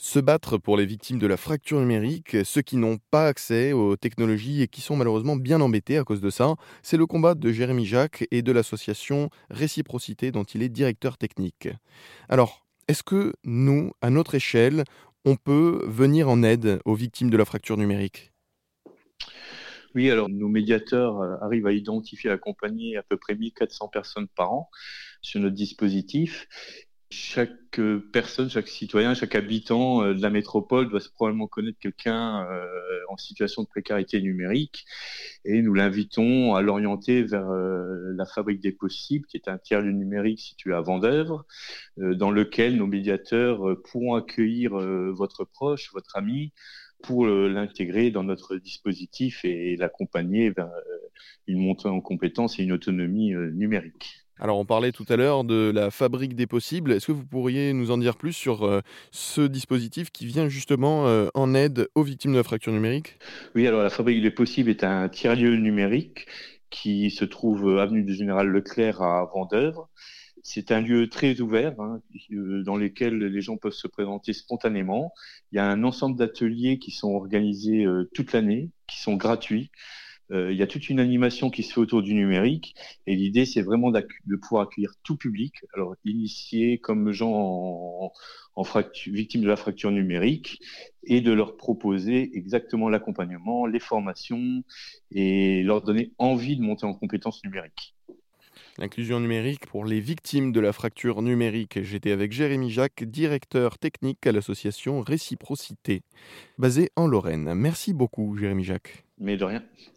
Se battre pour les victimes de la fracture numérique, ceux qui n'ont pas accès aux technologies et qui sont malheureusement bien embêtés à cause de ça, c'est le combat de Jérémy Jacques et de l'association Réciprocité dont il est directeur technique. Alors, est-ce que nous, à notre échelle, on peut venir en aide aux victimes de la fracture numérique? Oui, alors nos médiateurs arrivent à identifier et accompagner à peu près 1400 personnes par an sur notre dispositif. Chaque personne, chaque citoyen, chaque habitant de la métropole doit probablement connaître quelqu'un en situation de précarité numérique et nous l'invitons à l'orienter vers la Fabrique des Possibles, qui est un tiers-lieu numérique situé à Vendeuvre, dans lequel nos médiateurs pourront accueillir votre proche, votre ami, pour l'intégrer dans notre dispositif et l'accompagner vers une montée en compétences et une autonomie numérique. Alors, on parlait tout à l'heure de la fabrique des possibles. Est-ce que vous pourriez nous en dire plus sur ce dispositif qui vient justement en aide aux victimes de la fracture numérique? Oui, alors la Fabrique des Possibles est un tiers-lieu numérique qui se trouve avenue du Général Leclerc à Vendeuvre. C'est un lieu très ouvert, dans lequel les gens peuvent se présenter spontanément. Il y a un ensemble d'ateliers qui sont organisés toute l'année, qui sont gratuits. Il y a toute une animation qui se fait autour du numérique et l'idée, c'est vraiment de pouvoir accueillir tout public, alors initiés comme gens victimes de la fracture numérique et de leur proposer exactement l'accompagnement, les formations et leur donner envie de monter en compétences numériques. L'inclusion numérique pour les victimes de la fracture numérique. J'étais avec Jérémy Jacques, directeur technique à l'association Réciprocité, basée en Lorraine. Merci beaucoup, Jérémy Jacques. Mais de rien.